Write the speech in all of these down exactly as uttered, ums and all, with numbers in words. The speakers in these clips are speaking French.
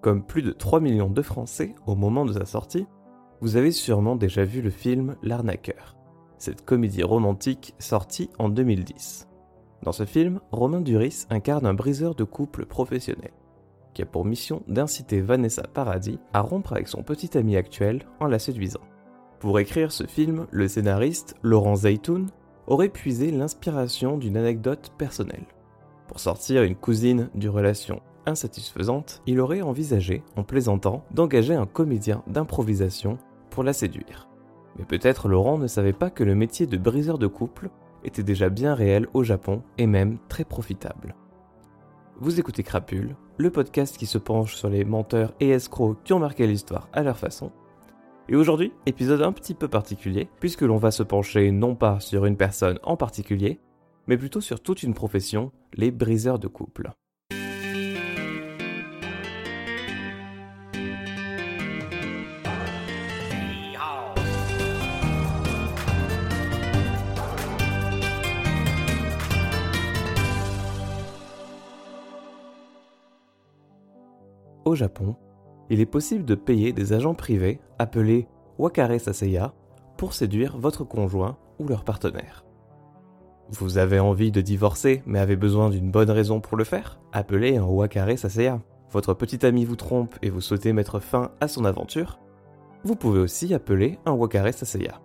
Comme plus de trois millions de Français au moment de sa sortie, vous avez sûrement déjà vu le film L'Arnaqueur, cette comédie romantique sortie en deux mille dix. Dans ce film, Romain Duris incarne un briseur de couple professionnel, qui a pour mission d'inciter Vanessa Paradis à rompre avec son petit ami actuel en la séduisant. Pour écrire ce film, le scénariste Laurent Zeytoun aurait puisé l'inspiration d'une anecdote personnelle. Pour sortir une cousine d'une relation insatisfaisante, il aurait envisagé, en plaisantant, d'engager un comédien d'improvisation pour la séduire. Mais peut-être Laurent ne savait pas que le métier de briseur de couple était déjà bien réel au Japon et même très profitable. Vous écoutez Crapule, le podcast qui se penche sur les menteurs et escrocs qui ont marqué l'histoire à leur façon. Et aujourd'hui, épisode un petit peu particulier, puisque l'on va se pencher non pas sur une personne en particulier, mais plutôt sur toute une profession, les briseurs de couple. Au Japon, il est possible de payer des agents privés, appelés Wakare Saseya, pour séduire votre conjoint ou leur partenaire. Vous avez envie de divorcer, mais avez besoin d'une bonne raison pour le faire? Appelez un Wakare Saseya. Votre petit ami vous trompe et vous souhaitez mettre fin à son aventure? Vous pouvez aussi appeler un Wakare Saseya.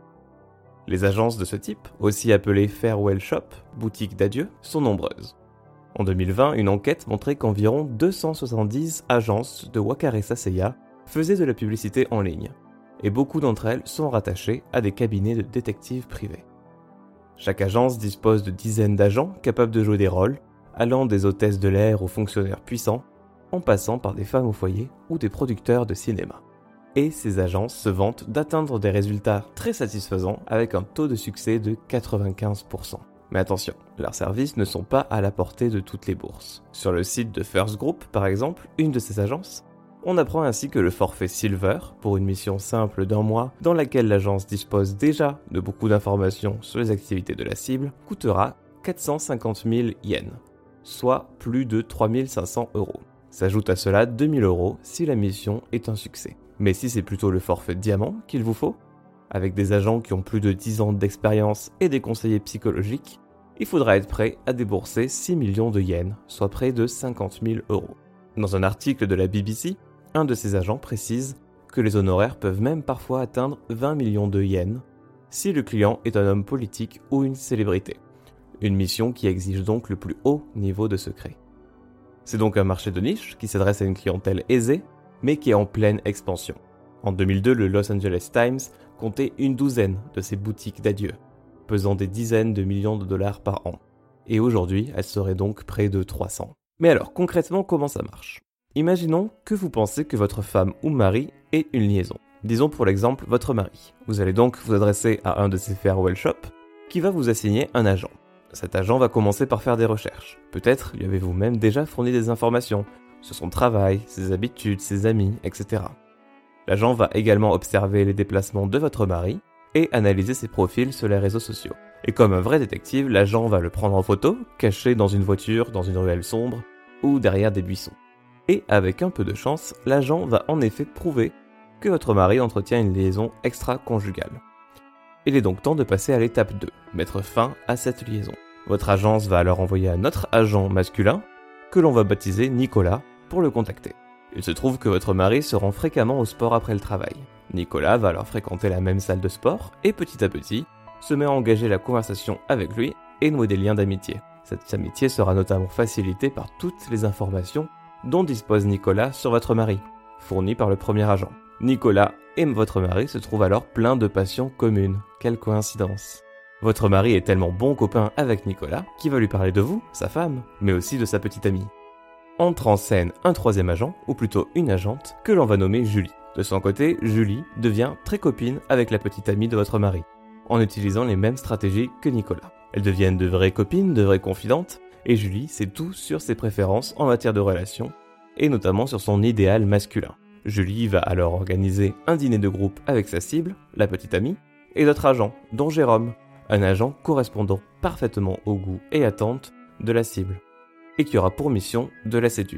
Les agences de ce type, aussi appelées Farewell Shop, boutique d'adieu, sont nombreuses. En deux mille vingt, une enquête montrait qu'environ deux cent soixante-dix agences de Wakare Saseya faisaient de la publicité en ligne, et beaucoup d'entre elles sont rattachées à des cabinets de détectives privés. Chaque agence dispose de dizaines d'agents capables de jouer des rôles, allant des hôtesses de l'air aux fonctionnaires puissants, en passant par des femmes au foyer ou des producteurs de cinéma. Et ces agences se vantent d'atteindre des résultats très satisfaisants avec un taux de succès de quatre-vingt-quinze pour cent. Mais attention, leurs services ne sont pas à la portée de toutes les bourses. Sur le site de First Group, par exemple, une de ces agences, on apprend ainsi que le forfait Silver, pour une mission simple d'un mois, dans laquelle l'agence dispose déjà de beaucoup d'informations sur les activités de la cible, coûtera quatre cent cinquante mille yens, soit plus de trois mille cinq cents euros. S'ajoute à cela deux mille euros si la mission est un succès. Mais si c'est plutôt le forfait Diamant qu'il vous faut, avec des agents qui ont plus de dix ans d'expérience et des conseillers psychologiques, il faudra être prêt à débourser six millions de yens, soit près de cinquante mille euros. Dans un article de la B B C, un de ces agents précise que les honoraires peuvent même parfois atteindre vingt millions de yens si le client est un homme politique ou une célébrité. Une mission qui exige donc le plus haut niveau de secret. C'est donc un marché de niche qui s'adresse à une clientèle aisée, mais qui est en pleine expansion. En deux mille deux, le Los Angeles Times comptait une douzaine de ces boutiques d'adieu, pesant des dizaines de millions de dollars par an. Et aujourd'hui, elles seraient donc près de trois cents. Mais alors, concrètement, comment ça marche? Imaginons que vous pensez que votre femme ou mari ait une liaison. Disons pour l'exemple votre mari. Vous allez donc vous adresser à un de ces farewell shops qui va vous assigner un agent. Cet agent va commencer par faire des recherches. Peut-être lui avez-vous même déjà fourni des informations sur son travail, ses habitudes, ses amis, et cetera. L'agent va également observer les déplacements de votre mari et analyser ses profils sur les réseaux sociaux. Et comme un vrai détective, l'agent va le prendre en photo, caché dans une voiture, dans une ruelle sombre ou derrière des buissons. Et avec un peu de chance, l'agent va en effet prouver que votre mari entretient une liaison extra-conjugale. Il est donc temps de passer à l'étape deux, mettre fin à cette liaison. Votre agence va alors envoyer un autre agent masculin, que l'on va baptiser Nicolas, pour le contacter. Il se trouve que votre mari se rend fréquemment au sport après le travail. Nicolas va alors fréquenter la même salle de sport et petit à petit, se met à engager la conversation avec lui et nouer des liens d'amitié. Cette amitié sera notamment facilitée par toutes les informations dont dispose Nicolas sur votre mari, fournies par le premier agent. Nicolas et votre mari se trouvent alors pleins de passions communes. Quelle coïncidence! Votre mari est tellement bon copain avec Nicolas qu'il va lui parler de vous, sa femme, mais aussi de sa petite amie. Entre en scène un troisième agent, ou plutôt une agente, que l'on va nommer Julie. De son côté, Julie devient très copine avec la petite amie de votre mari, en utilisant les mêmes stratégies que Nicolas. Elles deviennent de vraies copines, de vraies confidentes, et Julie sait tout sur ses préférences en matière de relations, et notamment sur son idéal masculin. Julie va alors organiser un dîner de groupe avec sa cible, la petite amie, et d'autres agents, dont Jérôme, un agent correspondant parfaitement au goût et attentes de la cible, et qui aura pour mission de la séduire.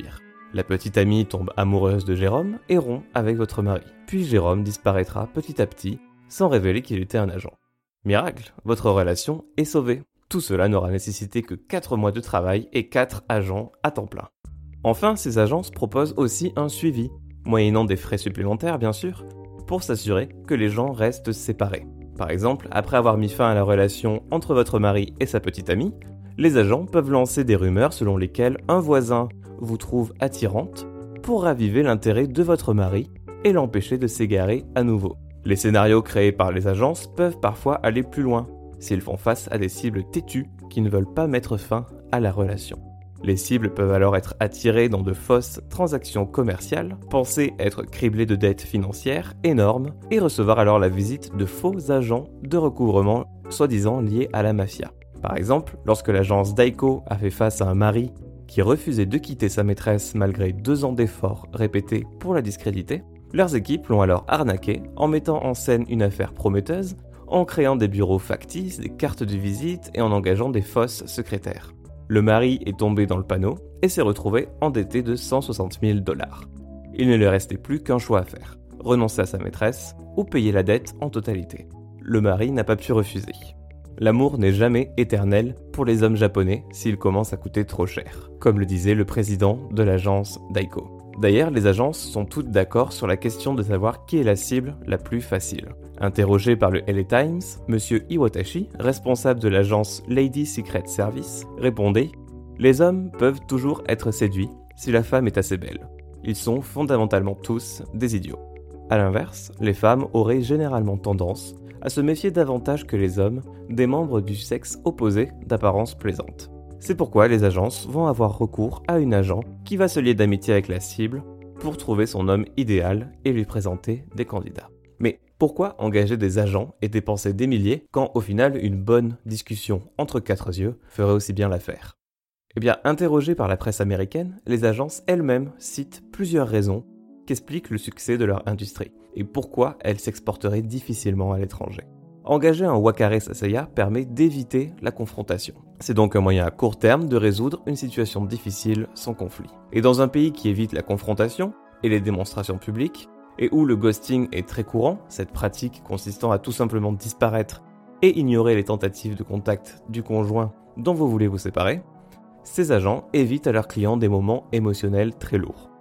La petite amie tombe amoureuse de Jérôme et rompt avec votre mari. Puis Jérôme disparaîtra petit à petit, sans révéler qu'il était un agent. Miracle, votre relation est sauvée. Tout cela n'aura nécessité que quatre mois de travail et quatre agents à temps plein. Enfin, ces agences proposent aussi un suivi, moyennant des frais supplémentaires bien sûr, pour s'assurer que les gens restent séparés. Par exemple, après avoir mis fin à la relation entre votre mari et sa petite amie, les agents peuvent lancer des rumeurs selon lesquelles un voisin vous trouve attirante pour raviver l'intérêt de votre mari et l'empêcher de s'égarer à nouveau. Les scénarios créés par les agences peuvent parfois aller plus loin, s'ils font face à des cibles têtues qui ne veulent pas mettre fin à la relation. Les cibles peuvent alors être attirées dans de fausses transactions commerciales, pensées être criblées de dettes financières énormes et recevoir alors la visite de faux agents de recouvrement soi-disant liés à la mafia. Par exemple, lorsque l'agence Daiko a fait face à un mari qui refusait de quitter sa maîtresse malgré deux ans d'efforts répétés pour la discréditer, leurs équipes l'ont alors arnaqué en mettant en scène une affaire prometteuse, en créant des bureaux factices, des cartes de visite et en engageant des fausses secrétaires. Le mari est tombé dans le panneau et s'est retrouvé endetté de cent soixante mille dollars. Il ne lui restait plus qu'un choix à faire, renoncer à sa maîtresse ou payer la dette en totalité. Le mari n'a pas pu refuser. L'amour n'est jamais éternel pour les hommes japonais s'il commence à coûter trop cher, comme le disait le président de l'agence Daiko. D'ailleurs, les agences sont toutes d'accord sur la question de savoir qui est la cible la plus facile. Interrogé par le L A Times, Monsieur Iwatashi, responsable de l'agence Lady Secret Service, répondait « Les hommes peuvent toujours être séduits si la femme est assez belle. Ils sont fondamentalement tous des idiots. » A l'inverse, les femmes auraient généralement tendance à se méfier davantage que les hommes des membres du sexe opposé d'apparence plaisante. C'est pourquoi les agences vont avoir recours à une agent qui va se lier d'amitié avec la cible pour trouver son homme idéal et lui présenter des candidats. Mais pourquoi engager des agents et dépenser des milliers quand au final une bonne discussion entre quatre yeux ferait aussi bien l'affaire ? Eh bien, interrogées par la presse américaine, les agences elles-mêmes citent plusieurs raisons qui expliquent le succès de leur industrie et pourquoi elles s'exporteraient difficilement à l'étranger. Engager un Wakare Saseya permet d'éviter la confrontation. C'est donc un moyen à court terme de résoudre une situation difficile sans conflit. Et dans un pays qui évite la confrontation et les démonstrations publiques, et où le ghosting est très courant, cette pratique consistant à tout simplement disparaître et ignorer les tentatives de contact du conjoint dont vous voulez vous séparer, ces agents évitent à leurs clients des moments émotionnels très lourds.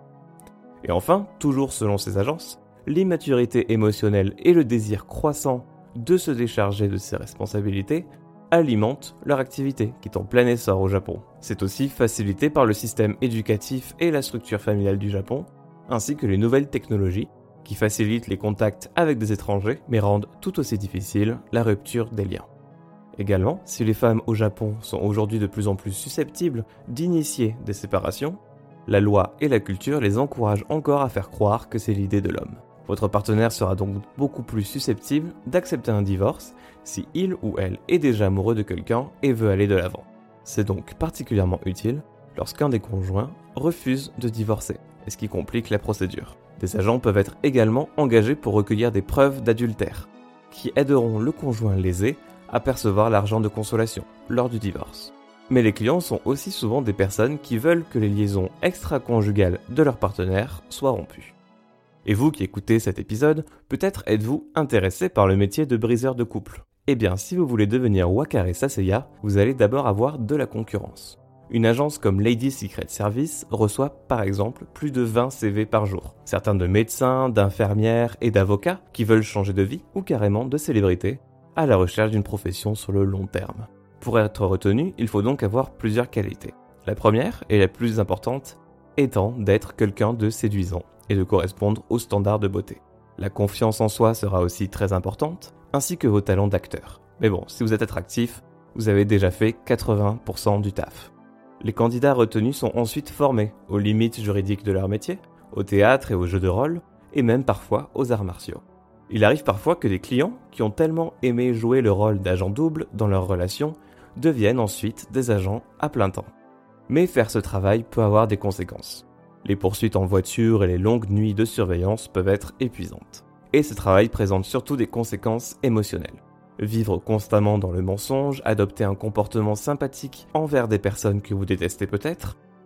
Et enfin, toujours selon ces agences, l'immaturité émotionnelle et le désir croissant de se décharger de ses responsabilités alimentent leur activité, qui est en plein essor au Japon. C'est aussi facilité par le système éducatif et la structure familiale du Japon, ainsi que les nouvelles technologies qui facilitent les contacts avec des étrangers, mais rendent tout aussi difficile la rupture des liens. Également, si les femmes au Japon sont aujourd'hui de plus en plus susceptibles d'initier des séparations, la loi et la culture les encouragent encore à faire croire que c'est l'idée de l'homme. Votre partenaire sera donc beaucoup plus susceptible d'accepter un divorce si il ou elle est déjà amoureux de quelqu'un et veut aller de l'avant. C'est donc particulièrement utile lorsqu'un des conjoints refuse de divorcer, et ce qui complique la procédure. Des agents peuvent être également engagés pour recueillir des preuves d'adultère, qui aideront le conjoint lésé à percevoir l'argent de consolation lors du divorce. Mais les clients sont aussi souvent des personnes qui veulent que les liaisons extra-conjugales de leur partenaire soient rompues. Et vous qui écoutez cet épisode, peut-être êtes-vous intéressé par le métier de briseur de couple. Eh bien, si vous voulez devenir Wakare Saseya, vous allez d'abord avoir de la concurrence. Une agence comme Lady Secret Service reçoit par exemple plus de vingt C V par jour. Certains de médecins, d'infirmières et d'avocats qui veulent changer de vie ou carrément de célébrités à la recherche d'une profession sur le long terme. Pour être retenu, il faut donc avoir plusieurs qualités. La première, et la plus importante, étant d'être quelqu'un de séduisant et de correspondre aux standards de beauté. La confiance en soi sera aussi très importante, ainsi que vos talents d'acteur. Mais bon, si vous êtes attractif, vous avez déjà fait quatre-vingts pour cent du taf. Les candidats retenus sont ensuite formés aux limites juridiques de leur métier, au théâtre et aux jeux de rôle, et même parfois aux arts martiaux. Il arrive parfois que des clients qui ont tellement aimé jouer le rôle d'agent double dans leur relation deviennent ensuite des agents à plein temps. Mais faire ce travail peut avoir des conséquences. Les poursuites en voiture et les longues nuits de surveillance peuvent être épuisantes. Et ce travail présente surtout des conséquences émotionnelles. Vivre constamment dans le mensonge, adopter un comportement sympathique envers des personnes que vous détestez peut-être,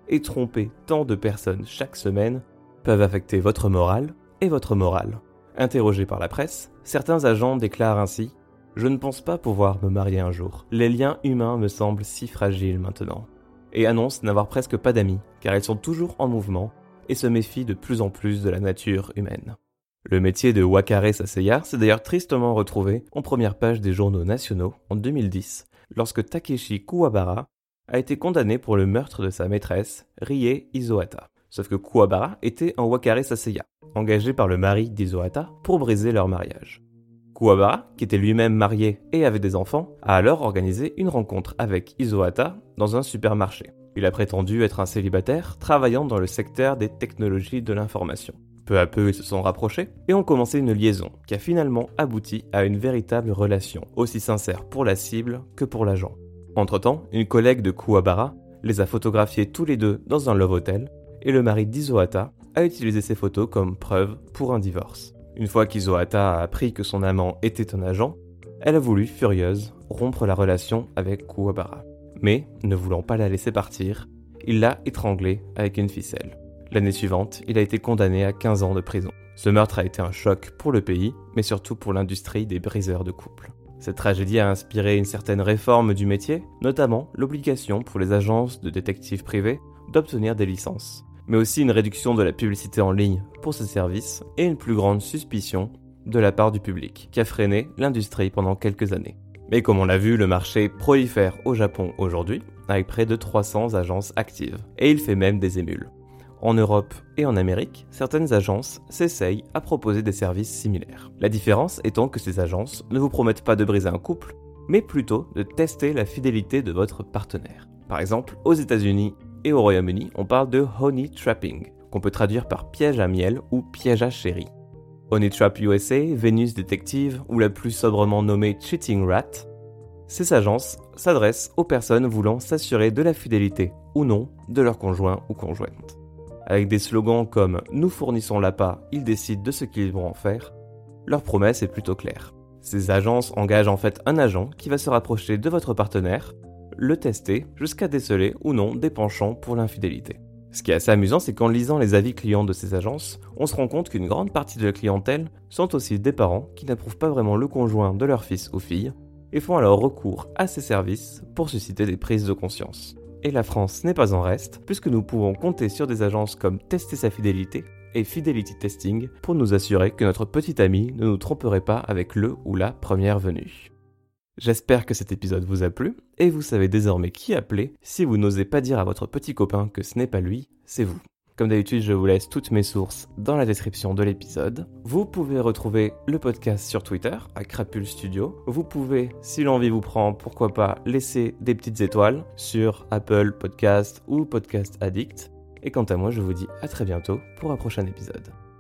et tromper tant de personnes chaque semaine peuvent affecter votre morale et votre morale. Interrogés par la presse, certains agents déclarent ainsi « Je ne pense pas pouvoir me marier un jour. Les liens humains me semblent si fragiles maintenant. » Et annoncent n'avoir presque pas d'amis, car ils sont toujours en mouvement et se méfient de plus en plus de la nature humaine. Le métier de Wakaru Saseiya s'est d'ailleurs tristement retrouvé en première page des journaux nationaux en deux mille dix, lorsque Takeshi Kuwabara a été condamné pour le meurtre de sa maîtresse, Rie Isohata. Sauf que Kuwabara était un Wakaru Saseiya, engagé par le mari d'Isohata pour briser leur mariage. Kuwabara, qui était lui-même marié et avait des enfants, a alors organisé une rencontre avec Isohata dans un supermarché. Il a prétendu être un célibataire travaillant dans le secteur des technologies de l'information. Peu à peu, ils se sont rapprochés et ont commencé une liaison qui a finalement abouti à une véritable relation, aussi sincère pour la cible que pour l'agent. Entre-temps, une collègue de Kuwabara les a photographiés tous les deux dans un love hotel et le mari d'Isohata a utilisé ces photos comme preuve pour un divorce. Une fois qu'Isohata a appris que son amant était un agent, elle a voulu, furieuse, rompre la relation avec Kuwabara. Mais, ne voulant pas la laisser partir, il l'a étranglée avec une ficelle. L'année suivante, il a été condamné à quinze ans de prison. Ce meurtre a été un choc pour le pays, mais surtout pour l'industrie des briseurs de couple. Cette tragédie a inspiré une certaine réforme du métier, notamment l'obligation pour les agences de détectives privés d'obtenir des licences, mais aussi une réduction de la publicité en ligne pour ces services et une plus grande suspicion de la part du public, qui a freiné l'industrie pendant quelques années. Mais comme on l'a vu, le marché prolifère au Japon aujourd'hui, avec près de trois cents agences actives, et il fait même des émules. En Europe et en Amérique, certaines agences s'essayent à proposer des services similaires. La différence étant que ces agences ne vous promettent pas de briser un couple, mais plutôt de tester la fidélité de votre partenaire. Par exemple, aux États-Unis et au Royaume-Uni, on parle de honey trapping, qu'on peut traduire par piège à miel ou piège à chéri. Honey Trap U S A, Venus Detective ou la plus sobrement nommée Cheating Rat, ces agences s'adressent aux personnes voulant s'assurer de la fidélité ou non de leur conjoint ou conjointe. Avec des slogans comme « Nous fournissons l'appât, ils décident de ce qu'ils vont en faire », leur promesse est plutôt claire. Ces agences engagent en fait un agent qui va se rapprocher de votre partenaire, le tester jusqu'à déceler ou non des penchants pour l'infidélité. Ce qui est assez amusant, c'est qu'en lisant les avis clients de ces agences, on se rend compte qu'une grande partie de la clientèle sont aussi des parents qui n'approuvent pas vraiment le conjoint de leur fils ou fille et font alors recours à ces services pour susciter des prises de conscience. Et la France n'est pas en reste, puisque nous pouvons compter sur des agences comme Tester sa fidélité et Fidelity Testing pour nous assurer que notre petit ami ne nous tromperait pas avec le ou la première venue. J'espère que cet épisode vous a plu, et vous savez désormais qui appeler si vous n'osez pas dire à votre petit copain que ce n'est pas lui, c'est vous. Comme d'habitude, je vous laisse toutes mes sources dans la description de l'épisode. Vous pouvez retrouver le podcast sur Twitter, à Crapule Studio. Vous pouvez, si l'envie vous prend, pourquoi pas, laisser des petites étoiles sur Apple Podcast ou Podcast Addict. Et quant à moi, je vous dis à très bientôt pour un prochain épisode.